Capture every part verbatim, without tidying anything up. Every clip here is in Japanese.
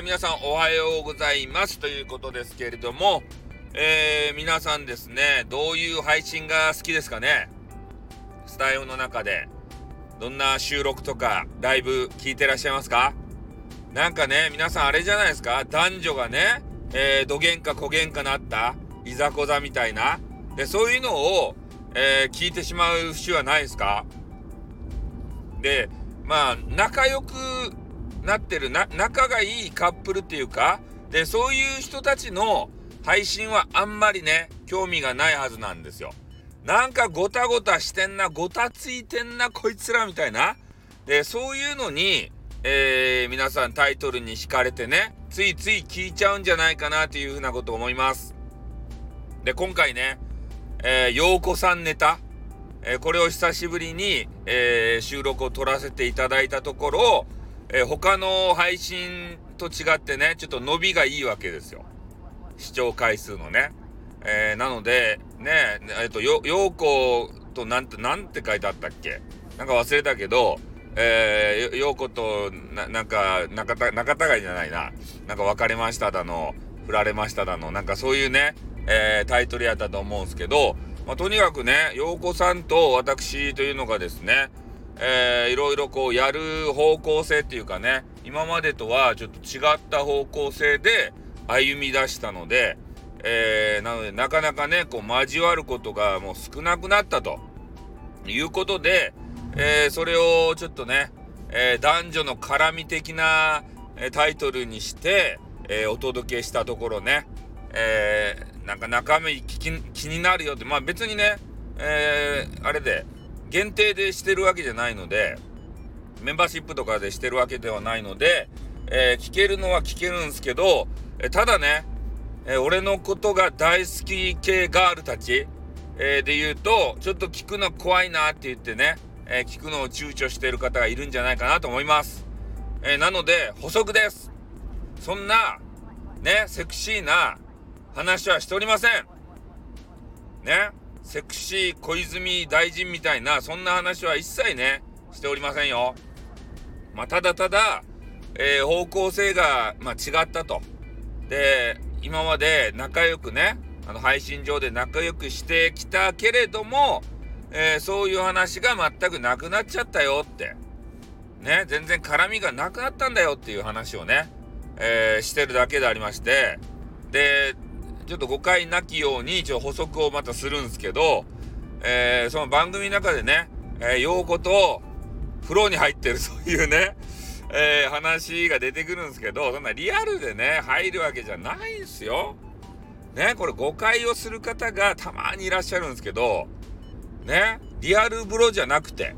皆さんおはようございますということですけれども、えー、皆さんですね、どういう配信が好きですかね。スタイフの中でどんな収録とかライブ聞いてらっしゃいますか。なんかね、皆さんあれじゃないですか、男女がね、えー、どげんかこげんかなったいざこざみたいなで、そういうのを、えー、聞いてしまう節はないですか。で、まあ仲良くなってるな仲がいいカップルっていうかで、そういう人たちの配信はあんまりね興味がないはずなんですよ。なんかごたごたしてんな、ごたついてんなこいつらみたいなで、そういうのに、えー、皆さんタイトルに惹かれてね、ついつい聞いちゃうんじゃないかなというふうなことを思います。で、今回ね、えー、陽子さんネタ、えー、これを久しぶりに、えー、収録を撮らせていただいたところ、えー、他の配信と違ってね、ちょっと伸びがいいわけですよ。視聴回数のね。えー、なので、ね、えっと、よ、ようことなんて、なんて書いてあったっけ？なんか忘れたけど、えー、ようことな、なんか、仲た、仲違いじゃないな。なんか別れましただの、振られましただの、なんかそういうね、えー、タイトルやったと思うんですけど、まあ、とにかくね、ようこさんと私というのがですね、えー、いろいろこうやる方向性っていうかね、今までとはちょっと違った方向性で歩み出したので、えー、なのでなかなかねこう交わることがもう少なくなったということで、えー、それをちょっとね、えー、男女の絡み的な、えー、タイトルにして、えー、お届けしたところね、えー、なんか中身気に、気になるよって、まあ別にね、えー、あれで限定でしてるわけじゃないので、メンバーシップとかでしてるわけではないので、えー、聞けるのは聞けるんですけど、えー、ただね、えー、俺のことが大好き系ガールたち、えー、で言うとちょっと聞くの怖いなって言ってね、えー、聞くのを躊躇している方がいるんじゃないかなと思います。えー、なので補足です。そんなねセクシーな話はしておりませんね。セクシー小泉大臣みたいなそんな話は一切ねしておりませんよ。まあ、ただただ、えー、方向性が、まあ、違ったと。で、今まで仲良くね、あの配信上で仲良くしてきたけれども、えー、そういう話が全くなくなっちゃったよってね、全然絡みがなくなったんだよっていう話をね、えー、してるだけでありまして、でちょっと誤解なきように一応補足をまたするんですけど、えー、その番組の中でね、えー、陽子と風呂に入ってるそういうね、えー、話が出てくるんですけど、そんなリアルでね入るわけじゃないんですよね。これ誤解をする方がたまにいらっしゃるんですけどね、リアル風呂じゃなくて、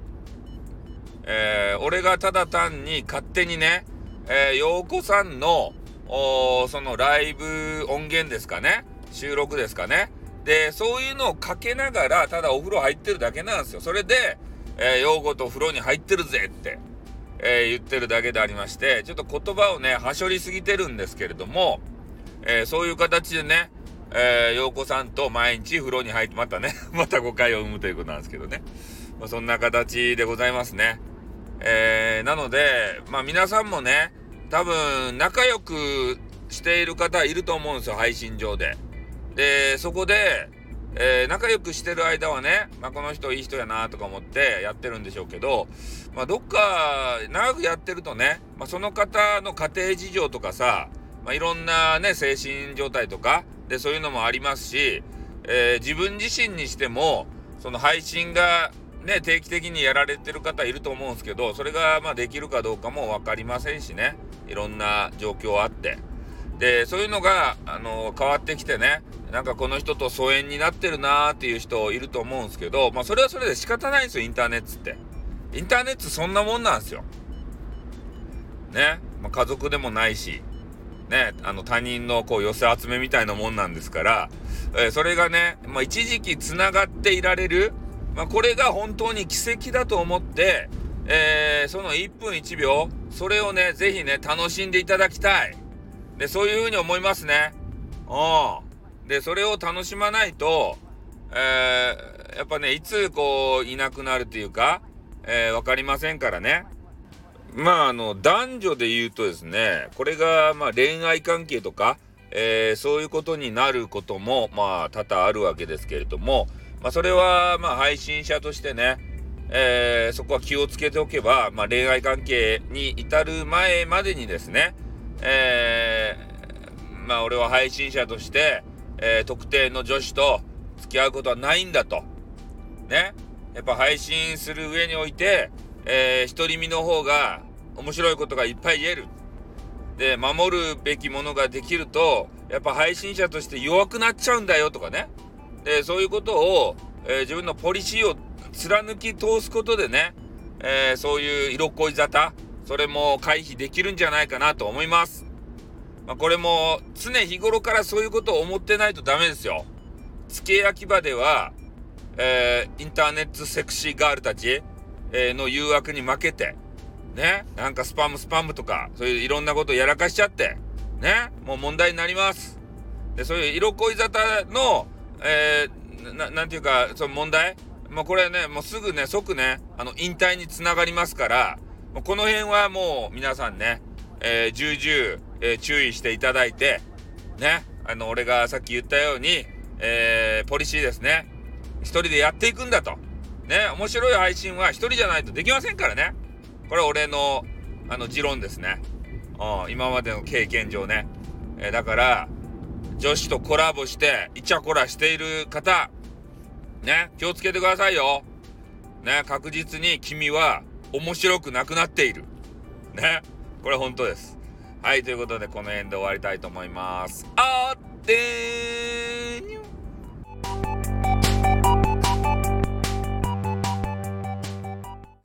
えー、俺がただ単に勝手にね、えー、陽子さんのそのライブ音源ですかね、収録ですかね、でそういうのをかけながらただお風呂入ってるだけなんですよ。それで、えー、陽子と風呂に入ってるぜって、えー、言ってるだけでありまして、ちょっと言葉をねはしょりすぎてるんですけれども、えー、そういう形でね、えー、陽子さんと毎日風呂に入ってまたねまた誤解を生むということなんですけどね、まあ、そんな形でございますね。えー、なのでまあ皆さんもね多分仲良くしている方いると思うんですよ、配信上で。でそこで、えー、仲良くしてる間はね、まあ、この人いい人やなとか思ってやってるんでしょうけど、まあ、どっか長くやってるとね、まあ、その方の家庭事情とかさ、まあ、いろんなね精神状態とかでそういうのもありますし、えー、自分自身にしてもその配信がね定期的にやられてる方いると思うんですけど、それがまあできるかどうかも分かりませんしね、いろんな状況あって、でそういうのがあの変わってきてね、なんかこの人と疎遠になってるなーっていう人いると思うんですけど、まあそれはそれで仕方ないんですよ。インターネットってインターネットそんなもんなんですよね。まあ、家族でもないしね、あの他人のこう寄せ集めみたいなもんなんですから、えー、それがね、まあ、一時期つながっていられる、まあ、これが本当に奇跡だと思って、えー、そのいっぷんいちびょうそれをねぜひね楽しんでいただきたい。でそういうふうに思いますね。うん。でそれを楽しまないと、えー、やっぱねいつこういなくなるというか、えー、分かりませんからね。 まああの男女で言うとですね、これがまあ恋愛関係とか、えー、そういうことになることもまあ多々あるわけですけれども、まあそれはまあ配信者としてね、えー、そこは気をつけておけば、まあ、恋愛関係に至る前までにですね、えー、まあ俺は配信者として、えー、特定の女子と付き合うことはないんだとね。やっぱ配信する上において、えー、独り身の方が面白いことがいっぱい言える。で、守るべきものができると、やっぱ配信者として弱くなっちゃうんだよとかね。で、そういうことを、えー、自分のポリシーを貫き通すことでね、えー、そういう色恋沙汰、それも回避できるんじゃないかなと思います。まあ、これも常日頃からそういうことを思ってないとダメですよ。付け焼き場では、えー、インターネットセクシーガールたち、えー、の誘惑に負けて、ね、なんかスパムスパムとか、そういういろんなことをやらかしちゃって、ね、もう問題になります。で、そういう色恋沙汰の、えー、な、なんていうか、その問題、もうこれね、もうすぐね、即ね、あの、引退につながりますから、もうこの辺はもう皆さんね、えー、重々、えー、注意していただいて、ね、あの、俺がさっき言ったように、えー、ポリシーですね。一人でやっていくんだと。ね、面白い配信は一人じゃないとできませんからね。これは俺の、あの、持論ですね。うん、今までの経験上ね。えー、だから、女子とコラボして、イチャコラしている方、ね、気をつけてくださいよ。ね、確実に君は面白くなくなっている。ね、これ本当です。はい、ということでこの辺で終わりたいと思います。あーってーにゅ